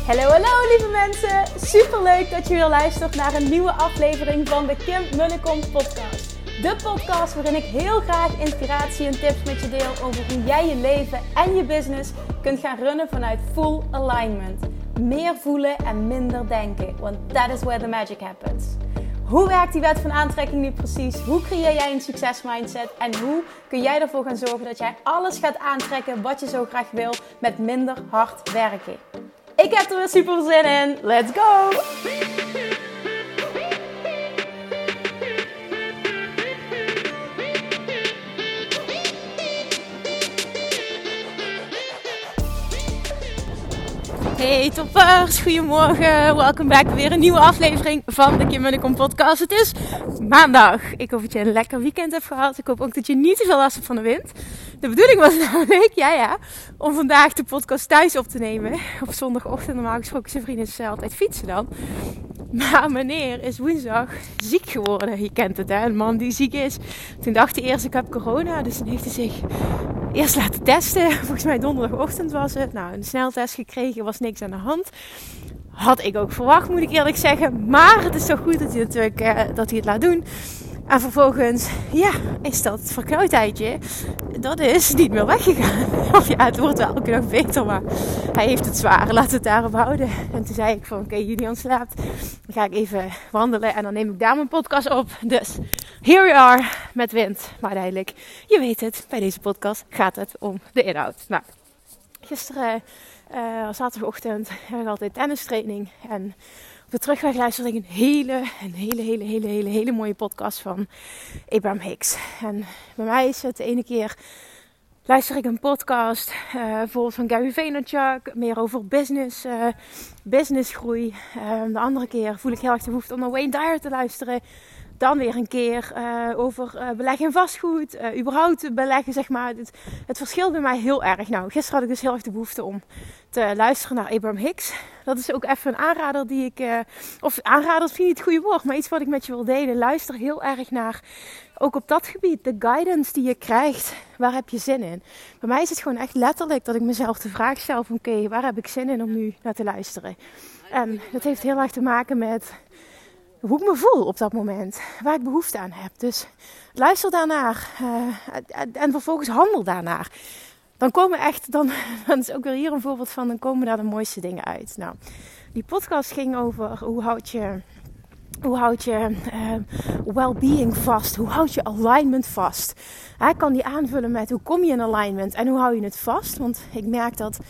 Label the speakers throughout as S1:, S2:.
S1: Hallo lieve mensen, superleuk dat je weer luistert naar een nieuwe aflevering van de Kim Munnekom podcast. De podcast waarin ik heel graag inspiratie en tips met je deel over hoe jij je leven en je business kunt gaan runnen vanuit full alignment. Meer voelen en minder denken, want that is where the magic happens. Hoe werkt die wet van aantrekking nu precies? Hoe creëer jij een succesmindset? En hoe kun jij ervoor gaan zorgen dat jij alles gaat aantrekken wat je zo graag wil met minder hard werken? Ik heb er weer super zin in. Let's go! Hey toppers, goedemorgen. Welkom back bij weer een nieuwe aflevering van de Kim Munnekom podcast. Het is maandag. Ik hoop dat je een lekker weekend hebt gehad. Ik hoop ook dat je niet te veel last hebt van de wind. De bedoeling was namelijk, om vandaag de podcast thuis op te nemen. Op zondagochtend, normaal gesproken zijn vrienden is altijd fietsen dan. Maar meneer is woensdag ziek geworden. Je kent het hè, een man die ziek is. Toen dacht hij eerst ik heb corona. Dus toen heeft hij zich eerst laten testen. Volgens mij donderdagochtend was het. Nou, een sneltest gekregen, was niks aan de hand. Had ik ook verwacht, moet ik eerlijk zeggen. Maar het is toch goed dat hij het laat doen. En vervolgens, is dat verkoudheidje, dat is niet meer weggegaan. Of het wordt wel elke dag beter, maar hij heeft het zwaar. Laten we het daarop houden. En toen zei ik van, oké, Julian slaapt. Dan ga ik even wandelen en dan neem ik daar mijn podcast op. Dus, here we are, met wind. Maar uiteindelijk, je weet het, bij deze podcast gaat het om de inhoud. Nou, gisteren, zaterdagochtend, heb ik altijd tennistraining. En op de terugweg luisterde ik een hele mooie podcast van Abraham Hicks. En bij mij is het de ene keer luister ik een podcast, bijvoorbeeld van Gary Vaynerchuk, meer over businessgroei. De andere keer voel ik heel erg de behoefte om naar Wayne Dyer te luisteren. Dan weer een keer over beleggen in vastgoed, überhaupt beleggen, zeg maar. Het verschilt bij mij heel erg. Nou, gisteren had ik dus heel erg de behoefte om te luisteren naar Abraham Hicks. Dat is ook even een aanrader die ik... aanrader is niet het goede woord, maar iets wat ik met je wil delen. Luister heel erg naar, ook op dat gebied, de guidance die je krijgt. Waar heb je zin in? Bij mij is het gewoon echt letterlijk dat ik mezelf de vraag stel van... Oké, waar heb ik zin in om nu naar te luisteren? En dat heeft heel erg te maken met hoe ik me voel op dat moment. Waar ik behoefte aan heb. Dus luister daarnaar. En vervolgens handel daarnaar. Dan komen echt, dan is ook weer hier een voorbeeld van, dan komen daar de mooiste dingen uit. Nou, die podcast ging over hoe houd je well-being vast? Hoe houd je alignment vast? Ik kan die aanvullen met hoe kom je in alignment en hoe hou je het vast? Want ik merk dat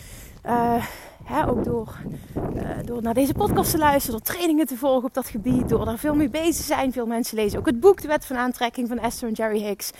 S1: ook door naar deze podcast te luisteren, door trainingen te volgen op dat gebied, door daar veel mee bezig te zijn. Veel mensen lezen ook het boek De Wet van Aantrekking van Esther en Jerry Hicks.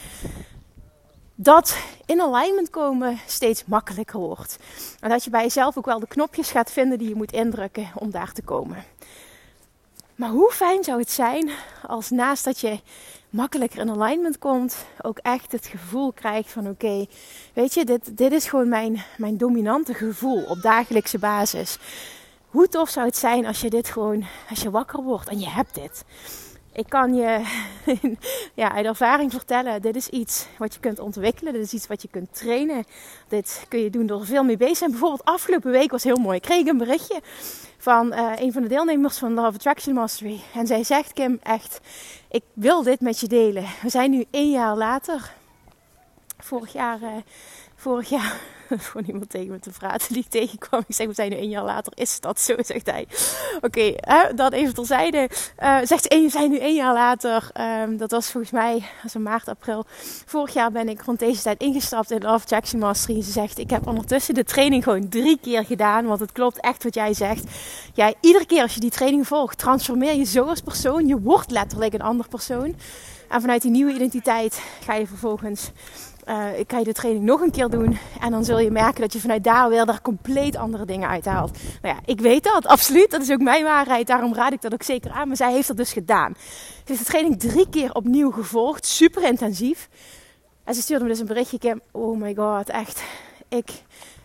S1: Dat in alignment komen steeds makkelijker wordt. En dat je bij jezelf ook wel de knopjes gaat vinden die je moet indrukken om daar te komen. Maar hoe fijn zou het zijn als naast dat je makkelijker in alignment komt, ook echt het gevoel krijgt van oké, weet je, dit is gewoon mijn dominante gevoel op dagelijkse basis. Hoe tof zou het zijn als je dit gewoon, als je wakker wordt en je hebt dit. Ik kan je uit ervaring vertellen, dit is iets wat je kunt ontwikkelen. Dit is iets wat je kunt trainen. Dit kun je doen door er veel mee bezig te zijn. Bijvoorbeeld afgelopen week was heel mooi. Ik kreeg een berichtje van een van de deelnemers van Law of Attraction Mastery. En zij zegt, Kim, echt, ik wil dit met je delen. We zijn nu 1 jaar later. Vorig jaar gewoon iemand tegen me te praten die ik tegenkwam. Ik zeg, we zijn nu 1 jaar later. Is dat zo? Zegt hij. Oké, dat even terzijde. Zegt ze, we zijn nu 1 jaar later. Dat was volgens mij, als in maart, april. Vorig jaar ben ik rond deze tijd ingestapt in Law of Attraction Mastery. En ze zegt, ik heb ondertussen de training gewoon 3 keer gedaan. Want het klopt echt wat jij zegt. Iedere keer als je die training volgt, transformeer je zo als persoon. Je wordt letterlijk een ander persoon. En vanuit die nieuwe identiteit ga je vervolgens... kan je de training nog een keer doen. En dan zul je merken dat je vanuit daar compleet andere dingen uithaalt. Nou ja, ik weet dat, absoluut. Dat is ook mijn waarheid. Daarom raad ik dat ook zeker aan. Maar zij heeft dat dus gedaan. Ze heeft de training 3 keer opnieuw gevolgd. Super intensief. En ze stuurde me dus een berichtje. Kim, oh my god, echt.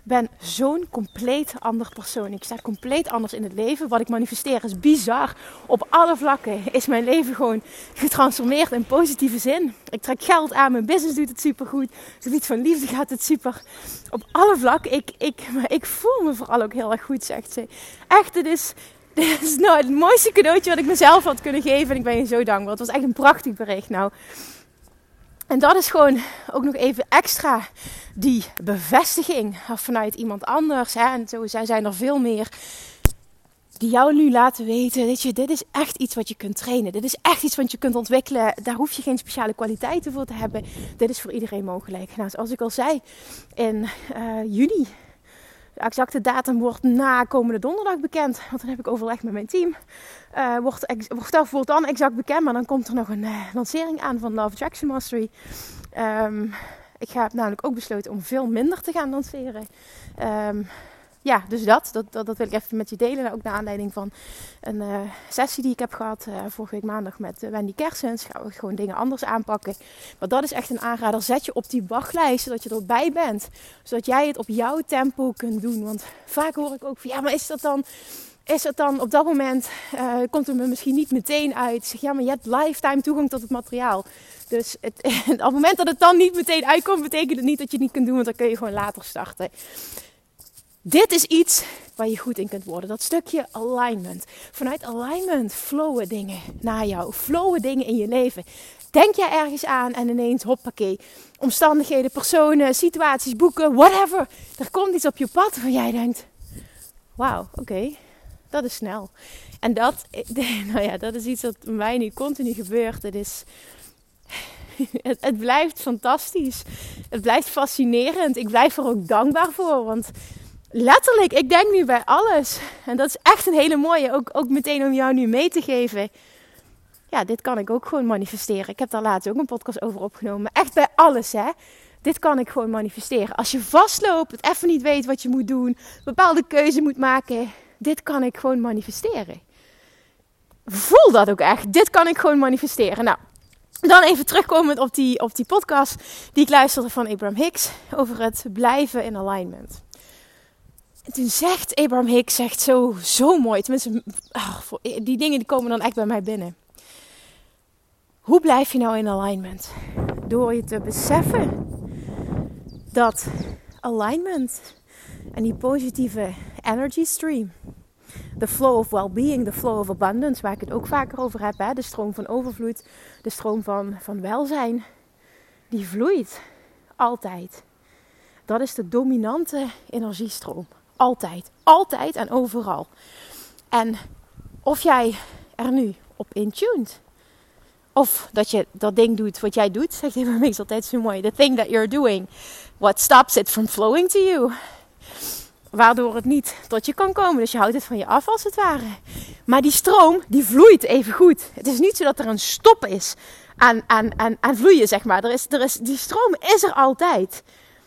S1: ben zo'n compleet ander persoon. Ik sta compleet anders in het leven. Wat ik manifesteer is bizar. Op alle vlakken is mijn leven gewoon getransformeerd in positieve zin. Ik trek geld aan, mijn business doet het supergoed. Op het gebied van liefde gaat het super. Op alle vlakken. Ik voel me vooral ook heel erg goed, zegt ze. Echt, dit is nou het mooiste cadeautje wat ik mezelf had kunnen geven. En ik ben je zo dankbaar. Het was echt een prachtig bericht. Nou, en dat is gewoon ook nog even extra die bevestiging vanuit iemand anders. Hè? En zo zijn er veel meer die jou nu laten weten. Weet je, dit is echt iets wat je kunt trainen. Dit is echt iets wat je kunt ontwikkelen. Daar hoef je geen speciale kwaliteiten voor te hebben. Dit is voor iedereen mogelijk. Nou, zoals ik al zei, in juni. De exacte datum wordt na komende donderdag bekend. Want dan heb ik overleg met mijn team. Wordt dan exact bekend. Maar dan komt er nog een lancering aan van Love Attraction Mastery. Ik heb namelijk ook besloten om veel minder te gaan lanceren. Dus dat wil ik even met je delen. Ook naar aanleiding van een sessie die ik heb gehad vorige week maandag met Wendy Kersens. Gaan we gewoon dingen anders aanpakken. Maar dat is echt een aanrader. Zet je op die wachtlijst zodat je erbij bent. Zodat jij het op jouw tempo kunt doen. Want vaak hoor ik ook van, ja, maar is dat dan op dat moment, komt het me misschien niet meteen uit. Ik zeg, ja, maar je hebt lifetime toegang tot het materiaal. Dus op het moment dat het dan niet meteen uitkomt, betekent het niet dat je het niet kunt doen. Want dan kun je gewoon later starten. Dit is iets waar je goed in kunt worden. Dat stukje alignment. Vanuit alignment flowen dingen naar jou. Flowen dingen in je leven. Denk jij ergens aan en ineens hoppakee. Omstandigheden, personen, situaties, boeken, whatever. Er komt iets op je pad waarvan jij denkt, wauw, oké, dat is snel. En dat is iets wat mij nu continu gebeurt. Het blijft fantastisch. Het blijft fascinerend. Ik blijf er ook dankbaar voor. Want letterlijk, ik denk nu bij alles. En dat is echt een hele mooie. Ook meteen om jou nu mee te geven. Ja, dit kan ik ook gewoon manifesteren. Ik heb daar laatst ook een podcast over opgenomen. Echt bij alles, hè. Dit kan ik gewoon manifesteren. Als je vastloopt, het even niet weet wat je moet doen. Bepaalde keuze moet maken. Dit kan ik gewoon manifesteren. Voel dat ook echt. Dit kan ik gewoon manifesteren. Nou, dan even terugkomend op die podcast die ik luisterde van Abraham Hicks. Over het blijven in alignment. En toen zegt Abraham Hicks zo mooi. Tenminste, die dingen die komen dan echt bij mij binnen. Hoe blijf je nou in alignment? Door je te beseffen dat alignment en die positieve energy stream, de flow of well-being, de flow of abundance, waar ik het ook vaker over heb, hè? De stroom van overvloed, de stroom van welzijn, die vloeit altijd. Dat is de dominante energiestroom. Altijd. Altijd en overal. En of jij er nu op intuned, of dat je dat ding doet wat jij doet, zegt Abraham Hicks altijd zo mooi. The thing that you're doing, what stops it from flowing to you. Waardoor het niet tot je kan komen. Dus je houdt het van je af als het ware. Maar die stroom, die vloeit even goed. Het is niet zo dat er een stop is aan vloeien, zeg maar. Die stroom is er altijd.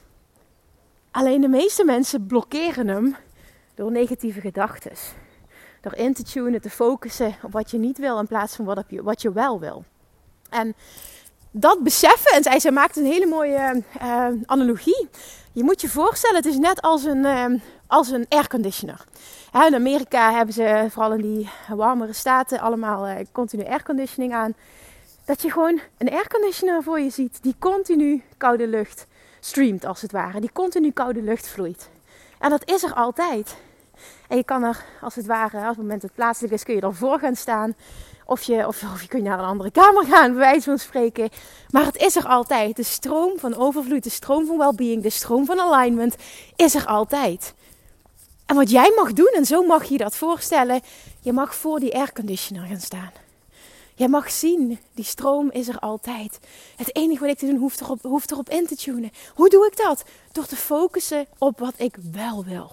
S1: Alleen de meeste mensen blokkeren hem door negatieve gedachten. Door in te tunen, te focussen op wat je niet wil in plaats van wat je wel wil. En dat beseffen, en zij maakt een hele mooie analogie. Je moet je voorstellen, het is net als een airconditioner. In Amerika hebben ze, vooral in die warmere staten, allemaal continu airconditioning aan. Dat je gewoon een airconditioner voor je ziet die continu koude lucht streamt als het ware. Die continu koude lucht vloeit. En dat is er altijd. En je kan er als het ware, als het moment het plaatselijk is, kun je ervoor gaan staan. Of je kunt naar een andere kamer gaan, bij wijze van spreken. Maar het is er altijd. De stroom van overvloed, de stroom van well-being, de stroom van alignment is er altijd. En wat jij mag doen, en zo mag je je dat voorstellen, je mag voor die airconditioner gaan staan. Jij mag zien, die stroom is er altijd. Het enige wat ik te doen hoeft erop in te tunen. Hoe doe ik dat? Door te focussen op wat ik wel wil.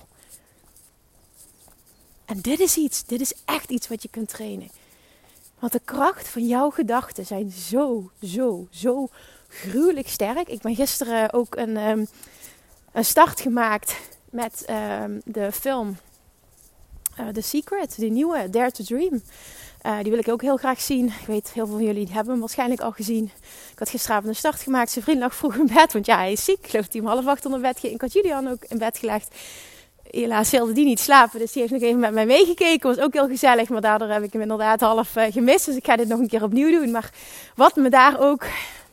S1: En dit is echt iets wat je kunt trainen. Want de kracht van jouw gedachten zijn zo gruwelijk sterk. Ik ben gisteren ook een start gemaakt met de film The Secret, die nieuwe Dare to Dream. Die wil ik ook heel graag zien. Ik weet, heel veel van jullie hebben hem waarschijnlijk al gezien. Ik had gisteravond een start gemaakt. Zijn vriend lag vroeg in bed, want ja, hij is ziek. Ik geloof dat hij om 7:30 onder bed ging. Ik had Julian ook in bed gelegd. Helaas wilde die niet slapen, dus die heeft nog even met mij meegekeken. Was ook heel gezellig, maar daardoor heb ik hem inderdaad half gemist. Dus ik ga dit nog een keer opnieuw doen. Maar wat me daar ook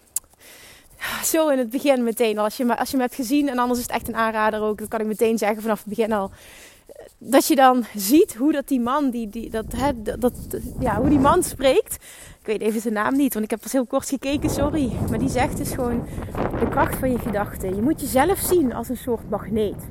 S1: zo in het begin meteen, als je me hebt gezien, en anders is het echt een aanrader ook, dat kan ik meteen zeggen vanaf het begin al. Dat je dan ziet hoe dat die man, hoe die man spreekt. Ik weet even zijn naam niet, want ik heb pas heel kort gekeken, sorry. Maar die zegt dus gewoon de kracht van je gedachten. Je moet jezelf zien als een soort magneet.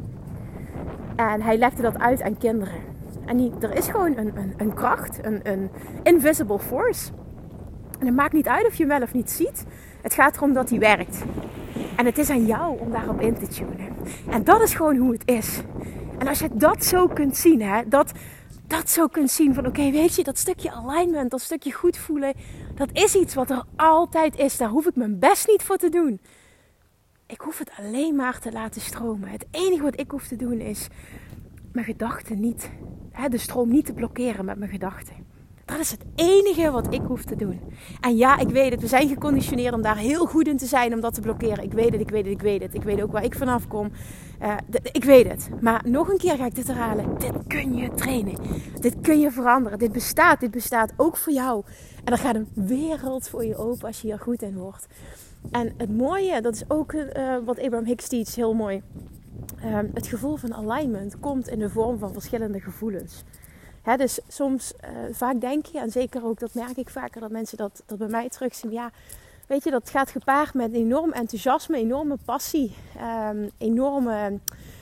S1: En hij legde dat uit aan kinderen. En er is gewoon een kracht, een invisible force. En het maakt niet uit of je hem wel of niet ziet. Het gaat erom dat hij werkt. En het is aan jou om daarop in te tunen. En dat is gewoon hoe het is. En als je dat zo kunt zien, dat zo kunt zien van oké, weet je, dat stukje alignment, dat stukje goed voelen, dat is iets wat er altijd is. Daar hoef ik mijn best niet voor te doen. Ik hoef het alleen maar te laten stromen. Het enige wat ik hoef te doen is mijn gedachten niet, de stroom niet te blokkeren met mijn gedachten. Dat is het enige wat ik hoef te doen. En ja, ik weet het. We zijn geconditioneerd om daar heel goed in te zijn, om dat te blokkeren. Ik weet het. Ik weet ook waar ik vanaf kom. Ik weet het. Maar nog een keer ga ik dit herhalen. Dit kun je trainen. Dit kun je veranderen. Dit bestaat ook voor jou. En er gaat een wereld voor je open als je hier goed in wordt. En het mooie, dat is ook wat Abraham Hicks teacht, heel mooi. Het gevoel van alignment komt in de vorm van verschillende gevoelens. Dus soms, vaak denk je, en zeker ook, dat merk ik vaker, dat mensen dat bij mij terugzien. Ja, weet je, dat gaat gepaard met enorm enthousiasme, enorme passie, enorme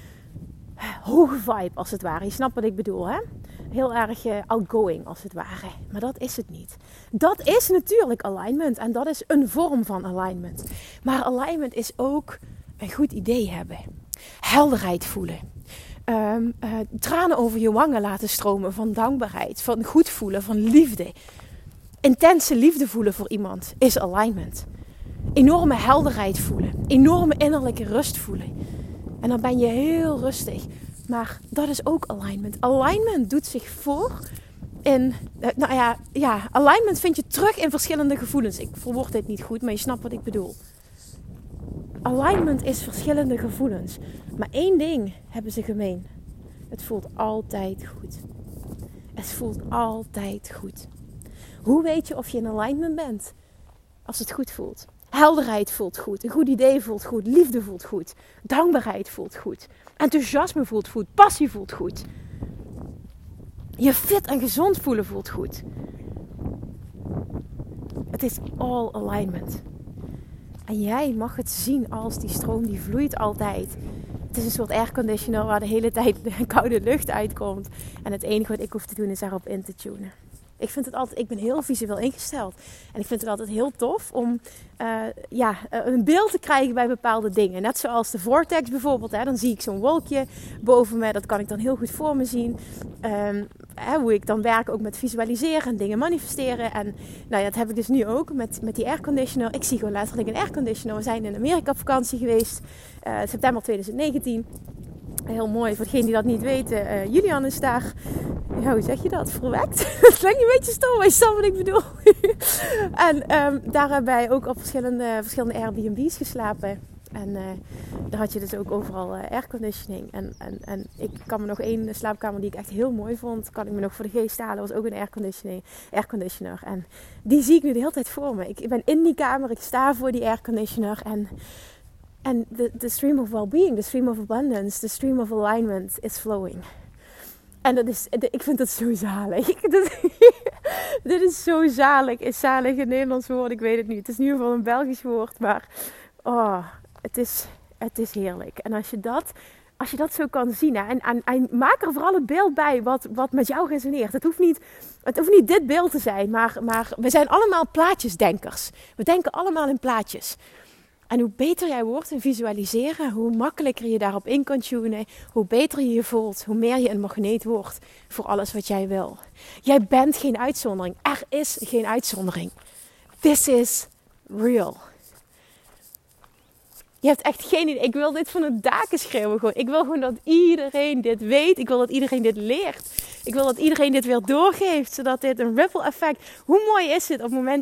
S1: hoge vibe als het ware. Je snapt wat ik bedoel, hè? Heel erg outgoing als het ware. Maar dat is het niet. Dat is natuurlijk alignment en dat is een vorm van alignment. Maar alignment is ook een goed idee hebben. Helderheid voelen. Tranen over je wangen laten stromen van dankbaarheid, van goed voelen, van liefde. Intense liefde voelen voor iemand is alignment. Enorme helderheid voelen, enorme innerlijke rust voelen. En dan ben je heel rustig. Maar dat is ook alignment. Alignment doet zich voor in, alignment vind je terug in verschillende gevoelens. Ik verwoord dit niet goed, maar je snapt wat ik bedoel. Alignment is verschillende gevoelens. Maar één ding hebben ze gemeen. Het voelt altijd goed. Het voelt altijd goed. Hoe weet je of je in alignment bent? Als het goed voelt. Helderheid voelt goed. Een goed idee voelt goed. Liefde voelt goed. Dankbaarheid voelt goed. Enthousiasme voelt goed. Passie voelt goed. Je fit en gezond voelen voelt goed. Het is all alignment. En jij mag het zien als die stroom die vloeit altijd. Het is een soort airconditioner waar de hele tijd koude lucht uitkomt. En het enige wat ik hoef te doen is daarop in te tunen. Ik ben heel visueel ingesteld. En ik vind het altijd heel tof om een beeld te krijgen bij bepaalde dingen. Net zoals de vortex bijvoorbeeld. Dan zie ik zo'n wolkje boven me. Dat kan ik dan heel goed voor me zien. Hoe ik dan werk ook met visualiseren en dingen manifesteren. En dat heb ik dus nu ook met die airconditioner. Ik zie gewoon letterlijk een airconditioner. We zijn in Amerika op vakantie geweest. September 2019. Heel mooi, voor degenen die dat niet weten. Julian is daar, hoe zeg je dat? Verwekt? Dat klinkt een beetje stom, maar je snapt wat ik bedoel. En daar hebben wij ook op verschillende Airbnb's geslapen. En daar had je dus ook overal airconditioning. En ik kan me nog één slaapkamer die ik echt heel mooi vond, kan ik me nog voor de geest halen. Was ook een airconditioner. En die zie ik nu de hele tijd voor me. Ik ben in die kamer, ik sta voor die airconditioner en the stream of well-being, the stream of abundance, the stream of alignment is flowing. En ik vind dat zo zalig. Dit is zo zalig. Is zalig een Nederlands woord? Ik weet het niet. Het is in ieder geval een Belgisch woord. Maar het is heerlijk. En als je dat zo kan zien. En maak er vooral het beeld bij wat met jou resoneert. Het hoeft niet dit beeld te zijn. Maar we zijn allemaal plaatjesdenkers. We denken allemaal in plaatjes. En hoe beter jij wordt in visualiseren, hoe makkelijker je daarop in kan tunen, hoe beter je je voelt, hoe meer je een magneet wordt voor alles wat jij wil. Jij bent geen uitzondering. Er is geen uitzondering. This is real. Je hebt echt geen idee. Ik wil dit van de daken schreeuwen gewoon. Ik wil gewoon dat iedereen dit weet. Ik wil dat iedereen dit leert. Ik wil dat iedereen dit weer doorgeeft. Zodat dit een ripple effect... Hoe mooi is het op het moment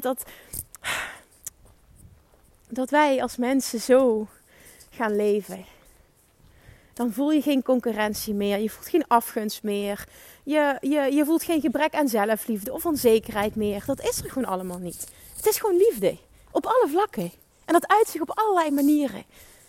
S1: dat wij als mensen zo gaan leven. Dan voel je geen concurrentie meer. Je voelt geen afgunst meer. Je voelt geen gebrek aan zelfliefde of onzekerheid meer. Dat is er gewoon allemaal niet. Het is gewoon liefde. Op alle vlakken. En dat uit zich op allerlei manieren.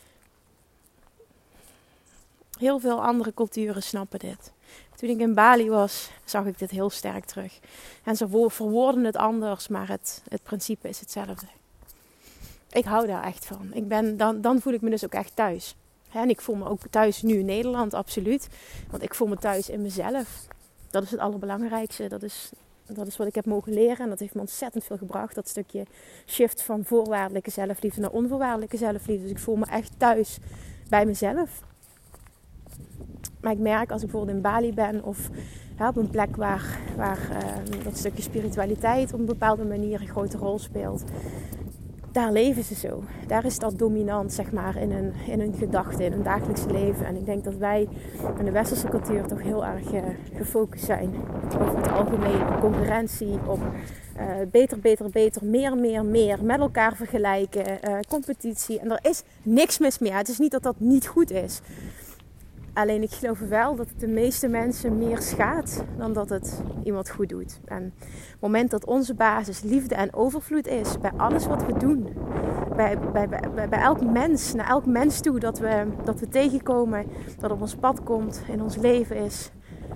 S1: Heel veel andere culturen snappen dit. Toen ik in Bali was, zag ik dit heel sterk terug. En ze verwoorden het anders, maar het principe is hetzelfde. Ik hou daar echt van. Dan voel ik me dus ook echt thuis. En ik voel me ook thuis nu in Nederland, absoluut. Want ik voel me thuis in mezelf. Dat is het allerbelangrijkste. Dat is wat ik heb mogen leren. En dat heeft me ontzettend veel gebracht. Dat stukje shift van voorwaardelijke zelfliefde naar onvoorwaardelijke zelfliefde. Dus ik voel me echt thuis bij mezelf. Maar ik merk als ik bijvoorbeeld in Bali ben of op een plek waar dat stukje spiritualiteit op een bepaalde manier een grote rol speelt. Daar leven ze zo. Daar is dat dominant, zeg maar, in hun gedachten, in hun dagelijkse leven. En ik denk dat wij in de westerse cultuur toch heel erg gefocust zijn. Over het algemeen op concurrentie, op beter, meer. Met elkaar vergelijken, competitie. En er is niks mis mee. Het is niet dat dat niet goed is. Alleen ik geloof wel dat het de meeste mensen meer schaadt dan dat het iemand goed doet. En op het moment dat onze basis liefde en overvloed is bij alles wat we doen. Bij elk mens, naar elk mens toe dat we tegenkomen, dat op ons pad komt, in ons leven is.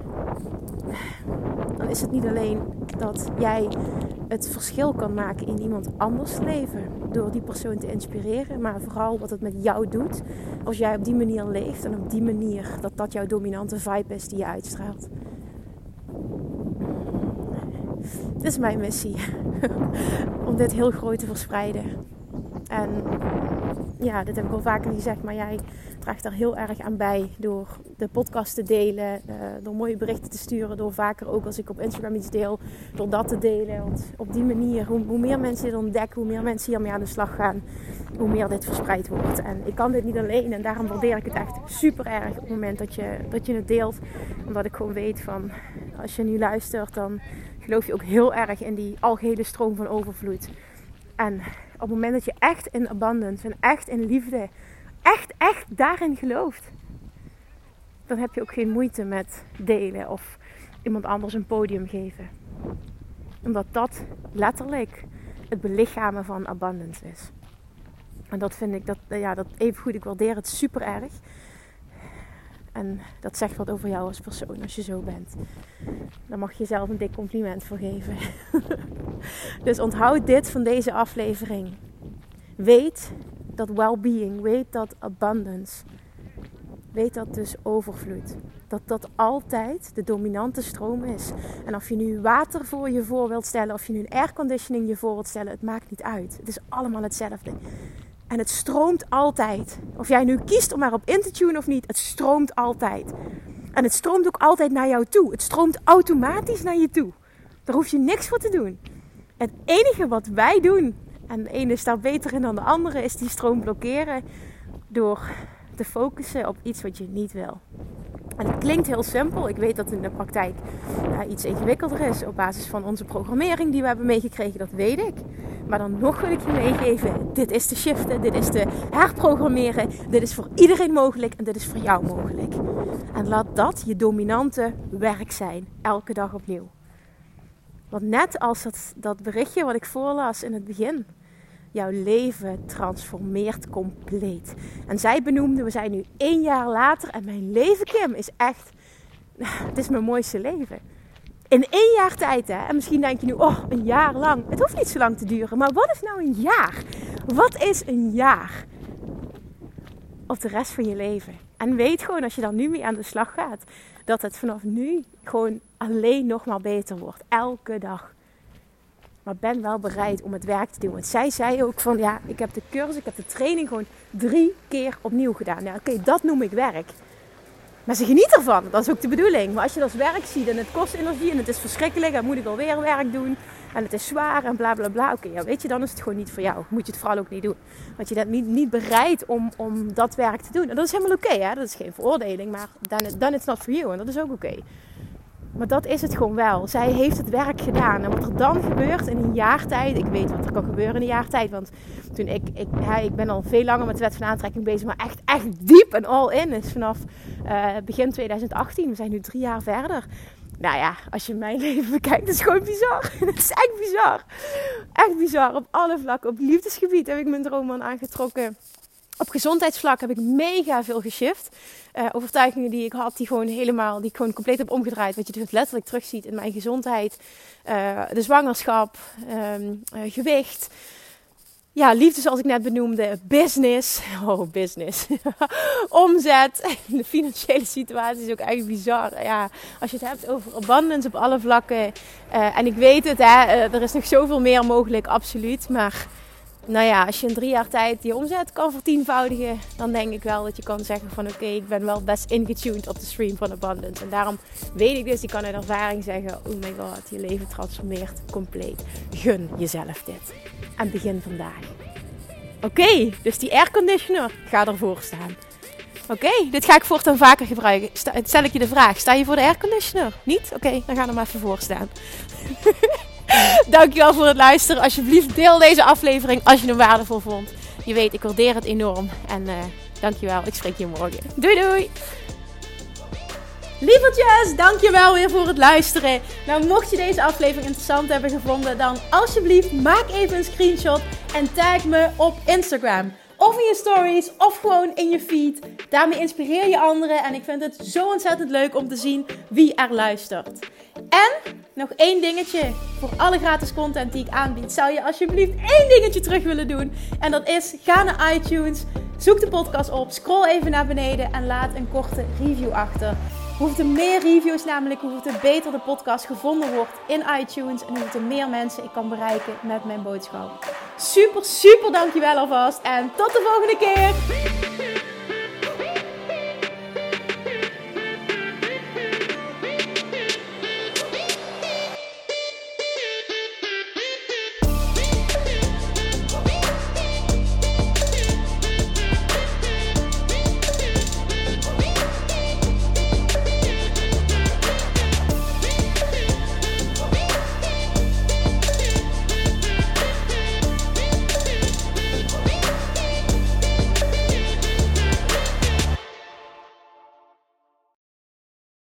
S1: Dan is het niet alleen dat jij het verschil kan maken in iemand anders leven. Door die persoon te inspireren. Maar vooral wat het met jou doet. Als jij op die manier leeft. En op die manier dat jouw dominante vibe is die je uitstraalt. Dit is mijn missie. Om dit heel groot te verspreiden. En ja, dit heb ik wel vaker gezegd. Maar jij draagt daar heel erg aan bij. Door de podcast te delen. Door mooie berichten te sturen. Door vaker ook als ik op Instagram iets deel. Door dat te delen. Want op die manier, hoe meer mensen dit ontdekken. Hoe meer mensen hiermee aan de slag gaan. Hoe meer dit verspreid wordt. En ik kan dit niet alleen. En daarom waardeer ik het echt super erg. Op het moment dat je het deelt. Omdat ik gewoon weet van. Als je nu luistert. Dan geloof je ook heel erg in die algehele stroom van overvloed. En op het moment dat je echt in abundance en echt in liefde, echt daarin gelooft, dan heb je ook geen moeite met delen of iemand anders een podium geven. Omdat dat letterlijk het belichamen van abundance is. En dat vind ik, dat even goed, ik waardeer het super erg. En dat zegt wat over jou als persoon als je zo bent. Daar mag je jezelf een dik compliment voor geven. Dus onthoud dit van deze aflevering. Weet dat well-being, weet dat abundance, weet dat dus overvloed. Dat altijd de dominante stroom is. En of je nu water voor je voor wilt stellen, of je nu een airconditioning je voor wilt stellen, het maakt niet uit. Het is allemaal hetzelfde. En het stroomt altijd. Of jij nu kiest om erop in te tunen of niet, het stroomt altijd. En het stroomt ook altijd naar jou toe. Het stroomt automatisch naar je toe. Daar hoef je niks voor te doen. Het enige wat wij doen, en de ene is daar beter in dan de andere, is die stroom blokkeren door te focussen op iets wat je niet wil. En het klinkt heel simpel. Ik weet dat het in de praktijk iets ingewikkelder is op basis van onze programmering die we hebben meegekregen. Dat weet ik. Maar dan nog wil ik je meegeven. Dit is te shiften. Dit is te herprogrammeren. Dit is voor iedereen mogelijk. En dit is voor jou mogelijk. En laat dat je dominante werk zijn. Elke dag opnieuw. Want net als dat berichtje wat ik voorlas in het begin. Jouw leven transformeert compleet. En zij benoemde, we zijn nu 1 jaar later. En mijn leven, Kim, is echt, het is mijn mooiste leven. In 1 jaar tijd, hè. En misschien denk je nu, oh, 1 jaar lang. Het hoeft niet zo lang te duren. Maar wat is nou 1 jaar? Wat is 1 jaar? Of de rest van je leven. En weet gewoon, als je daar nu mee aan de slag gaat. Dat het vanaf nu gewoon alleen nog maar beter wordt. Elke dag. Maar ben wel bereid om het werk te doen. Want zij zei ook van, ja, ik heb de cursus, ik heb de training gewoon 3 keer opnieuw gedaan. Nou, oké, dat noem ik werk. Maar ze genieten ervan. Dat is ook de bedoeling. Maar als je dat als werk ziet en het kost energie en het is verschrikkelijk en moet ik alweer werk doen en het is zwaar en bla bla bla. Oké, ja, weet je, dan is het gewoon niet voor jou. Moet je het vooral ook niet doen. Want je bent niet bereid om dat werk te doen. En dat is helemaal oké, hè? Dat is geen veroordeling, maar dan it's not for you. En dat is ook oké. Maar dat is het gewoon wel. Zij heeft het werk gedaan. En wat er dan gebeurt in een jaar tijd. Ik weet wat er kan gebeuren in een jaar tijd. Want toen ik ben al veel langer met de wet van aantrekking bezig. Maar echt diep en all in is vanaf begin 2018. We zijn nu 3 jaar verder. Nou ja, als je mijn leven bekijkt, is het gewoon bizar. Het is echt bizar. Echt bizar. Op alle vlakken. Op liefdesgebied heb ik mijn droomman aangetrokken. Op gezondheidsvlak heb ik mega veel geshift. Overtuigingen die ik had, die ik gewoon compleet heb omgedraaid. Wat je dus letterlijk terugziet in mijn gezondheid. De zwangerschap, gewicht. Ja, liefde zoals ik net benoemde. Business. Oh, business. Omzet. De financiële situatie is ook echt bizar. Ja, als je het hebt over abundance op alle vlakken. En ik weet het, hè, er is nog zoveel meer mogelijk, absoluut. Maar nou ja, als je in 3 jaar tijd die omzet kan vertienvoudigen, dan denk ik wel dat je kan zeggen van oké, ik ben wel best ingetuned op de stream van abundance. En daarom weet ik dus, ik kan uit ervaring zeggen, oh my god, je leven transformeert compleet. Gun jezelf dit. En begin vandaag. Oké, dus die airconditioner, ga ervoor staan. Oké, dit ga ik voortaan vaker gebruiken. Stel ik je de vraag, sta je voor de airconditioner? Niet? Oké, dan ga er maar even voor staan. Dankjewel voor het luisteren. Alsjeblieft deel deze aflevering als je hem waardevol vond. Je weet, ik waardeer het enorm. En dankjewel, ik spreek je morgen. Doei doei! Lievertjes, dankjewel weer voor het luisteren. Nou, mocht je deze aflevering interessant hebben gevonden, dan alsjeblieft maak even een screenshot en tag me op Instagram. Of in je stories, of gewoon in je feed. Daarmee inspireer je anderen. En ik vind het zo ontzettend leuk om te zien wie er luistert. En nog 1 dingetje. Voor alle gratis content die ik aanbied, zou je alsjeblieft 1 dingetje terug willen doen. En dat is, ga naar iTunes, zoek de podcast op, scroll even naar beneden en laat een korte review achter. Hoeveel meer reviews namelijk, hoeveel beter de podcast gevonden wordt in iTunes. En hoeveel meer mensen ik kan bereiken met mijn boodschap. Super, super dankjewel alvast. En tot de volgende keer.